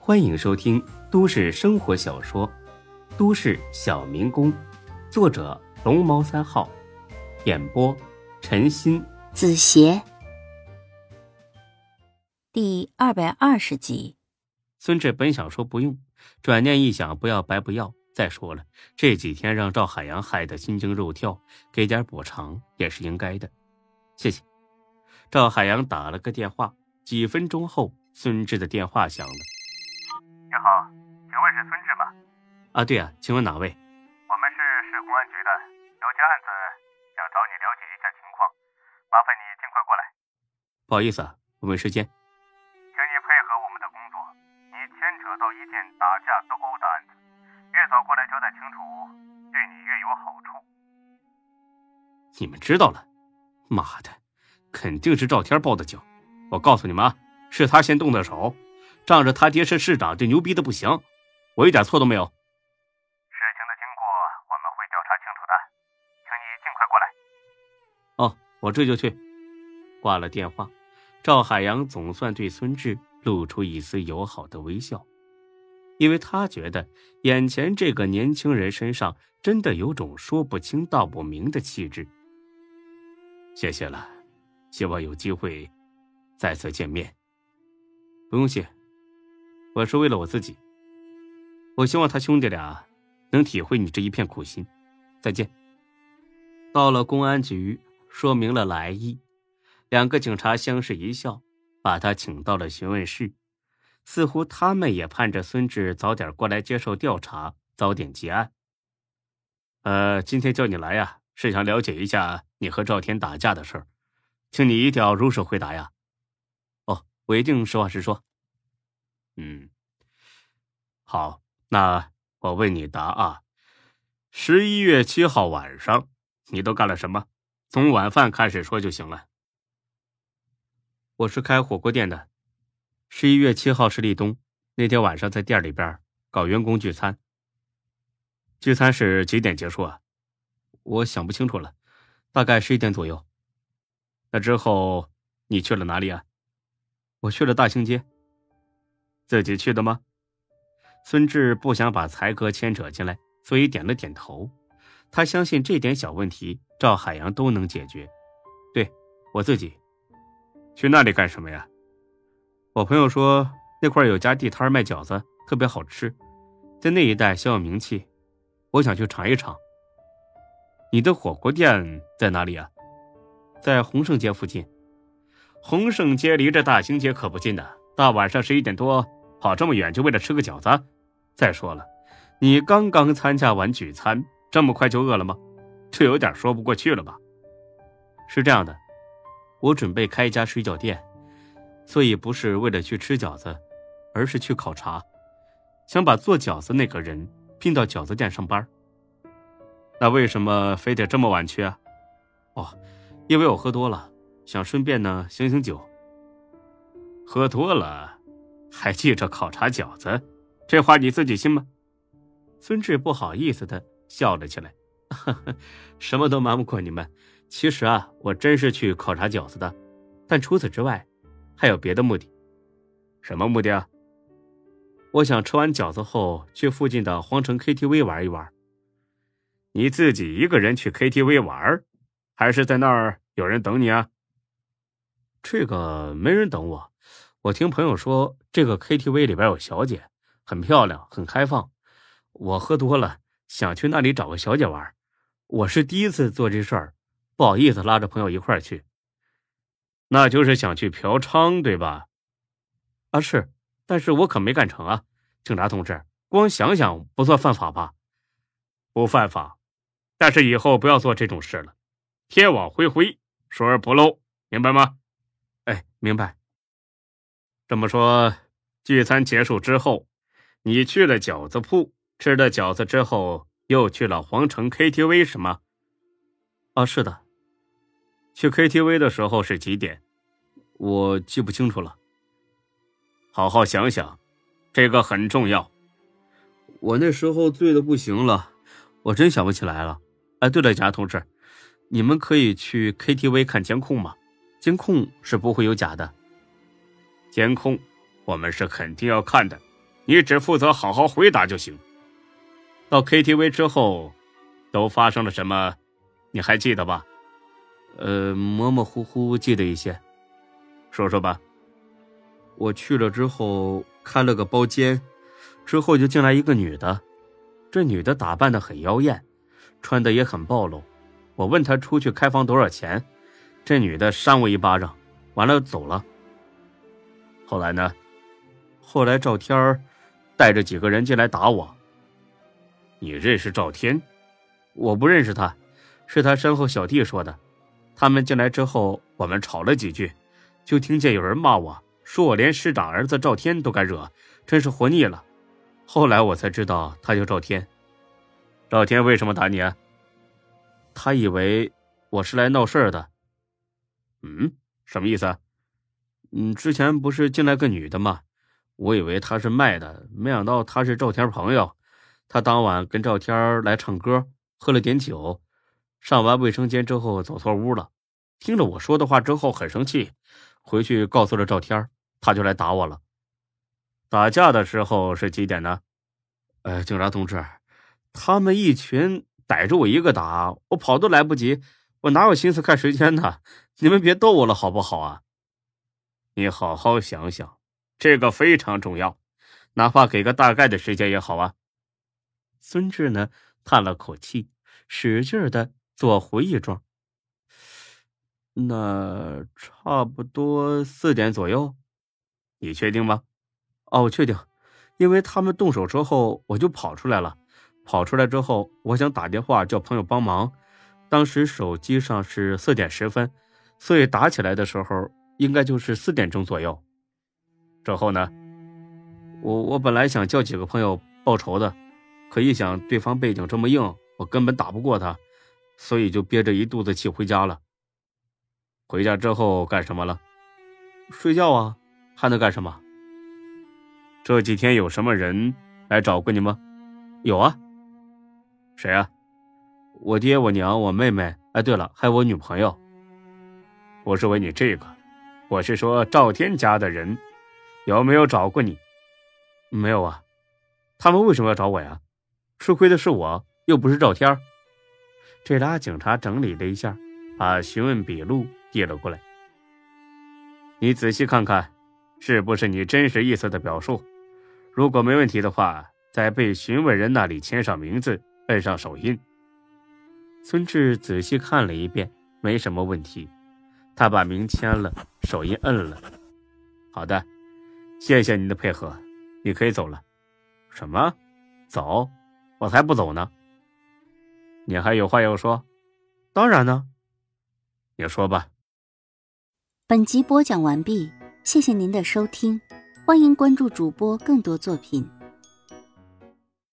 欢迎收听都市生活小说《都市小民工》，作者龙猫3号，演播陈鑫、 子邪。第220集。 孙志本想说不用，转念一想，不要白不要。再说了，这几天让赵海洋害得心惊肉跳，给点补偿也是应该的。谢谢。赵海洋打了个电话，几分钟后，孙志的电话响了。 你好，请问是孙志吗？ 啊，对啊，请问哪位？ 我们是市公安局的，有件案子想找你了解一下情况，麻烦你尽快过来。 不好意思啊，我没时间。 请你配合我们的工作，你牵扯到一件打架斗殴的案子，越早过来交代清楚，对你越有好处。 你们知道了？妈的，肯定是赵天报的警。我告诉你们啊，是他先动的手，仗着他爹是市长就牛逼的不行，我一点错都没有。 事情的经过我们会调查清楚的，请你尽快过来。 哦，我这就去。挂了电话，赵海洋总算对孙志露出一丝友好的微笑，因为他觉得眼前这个年轻人身上真的有种说不清道不明的气质。谢谢了，希望有机会再次见面。不用谢，我是为了我自己。我希望他兄弟俩能体会你这一片苦心。再见。到了公安局，说明了来意，两个警察相视一笑，把他请到了询问室。似乎他们也盼着孙志早点过来接受调查，早点结案。今天叫你来呀，是想了解一下你和赵天打架的事儿，请你一定要如实回答呀。哦，我一定实话实说。好，那我问你答啊，11月7号晚上你都干了什么？从晚饭开始说就行了。我是开火锅店的，11月7号是立冬，那天晚上在店里边搞员工聚餐。聚餐是几点结束啊？我想不清楚了，大概11点左右。那之后你去了哪里啊？我去了大兴街。自己去的吗？孙志不想把才哥牵扯进来，所以点了点头。他相信这点小问题赵海洋都能解决。对，我自己。去那里干什么呀？我朋友说那块有家地摊卖饺子，特别好吃，在那一带小有名气，我想去尝一尝。你的火锅店在哪里啊？在洪盛街附近。洪盛街离着大兴街可不近的，大晚上11点多跑这么远就为了吃个饺子？再说了，你刚刚参加完聚餐，这么快就饿了吗？这有点说不过去了吧？是这样的，我准备开一家水饺店，所以不是为了去吃饺子，而是去考察，想把做饺子那个人聘到饺子店上班。那为什么非得这么晚去啊？哦，因为我喝多了，想顺便呢醒醒酒。喝多了还记着考察饺子，这话你自己信吗？孙志不好意思的笑了起来。什么都瞒不过你们，其实啊，我真是去考察饺子的，但除此之外还有别的目的。什么目的啊？我想吃完饺子后去附近的皇城 KTV 玩一玩。你自己一个人去 KTV 玩，还是在那儿有人等你啊？这个没人等我，我听朋友说这个 KTV 里边有小姐，很漂亮，很开放。我喝多了，想去那里找个小姐玩。我是第一次做这事儿，不好意思拉着朋友一块儿去。那就是想去嫖娼对吧？啊是，但是我可没干成啊。警察同志，光想想不算犯法吧？不犯法，但是以后不要做这种事了。天网恢恢，疏而不漏，明白吗？哎，明白。这么说，聚餐结束之后，你去了饺子铺，吃了饺子之后又去了皇城 KTV 是吗？啊，是的。去 KTV 的时候是几点？我记不清楚了。好好想想，这个很重要。我那时候醉得不行了，我真想不起来了。哎，对了，警察同志，你们可以去 KTV 看监控吗？监控是不会有假的。监控我们是肯定要看的， 你只负责好好回答就行。到 KTV 之后都发生了什么，你还记得吧？ 模模糊糊记得一些。 说说吧。 我去了之后开了个包间，之后就进来一个女的，这女的打扮得很妖艳，穿的也很暴露。我问她出去开房多少钱，这女的扇我一巴掌，完了走了。 后来呢？ 后来赵天带着几个人进来打我。 你认识赵天？ 我不认识他，是他身后小弟说的。他们进来之后，我们吵了几句，就听见有人骂我，说我连师长儿子赵天都敢惹，真是活腻了。后来我才知道他叫赵天。 赵天为什么打你啊？ 他以为我是来闹事儿的。 什么意思啊？ 之前不是进来个女的吗？我以为她是卖的，没想到她是赵天朋友。她当晚跟赵天来唱歌，喝了点酒，上完卫生间之后走错屋了。听了我说的话之后很生气，回去告诉了赵天，他就来打我了。 打架的时候是几点呢？ 警察同志，他们一群逮着我一个打，我跑都来不及，我哪有心思看时间呢？你们别逗我了好不好啊？ 你好好想想，这个非常重要，哪怕给个大概的时间也好啊。 孙志呢叹了口气，使劲的做回忆状。那差不多4点左右。 你确定吗？ 我确定，因为他们动手之后我就跑出来了。跑出来之后，我想打电话叫朋友帮忙，当时手机上是4点10分，所以打起来的时候应该就是4点钟左右。 之后呢？ 我本来想叫几个朋友报仇的，可一想对方背景这么硬，我根本打不过他，所以就憋着一肚子气回家了。 回家之后干什么了？ 睡觉啊，还能干什么？ 这几天有什么人来找过你吗？ 有啊。 谁啊？ 我爹、我娘、我妹妹，对了，还有我女朋友。 不是问你这个，我是说赵天家的人有没有找过你？ 没有啊。他们为什么要找我呀？吃亏的是我，又不是赵天。这俩警察整理了一下，把询问笔录递了过来。 你仔细看看，是不是你真实意思的表述？如果没问题的话，在被询问人那里签上名字，摁上手印。 孙志仔细看了一遍，没什么问题。他把名签了，手印摁了。 好的，谢谢你的配合，你可以走了。 什么？走？我才不走呢。 你还有话要说？ 当然呢。 你说吧。 本集播讲完毕，谢谢您的收听，欢迎关注主播更多作品。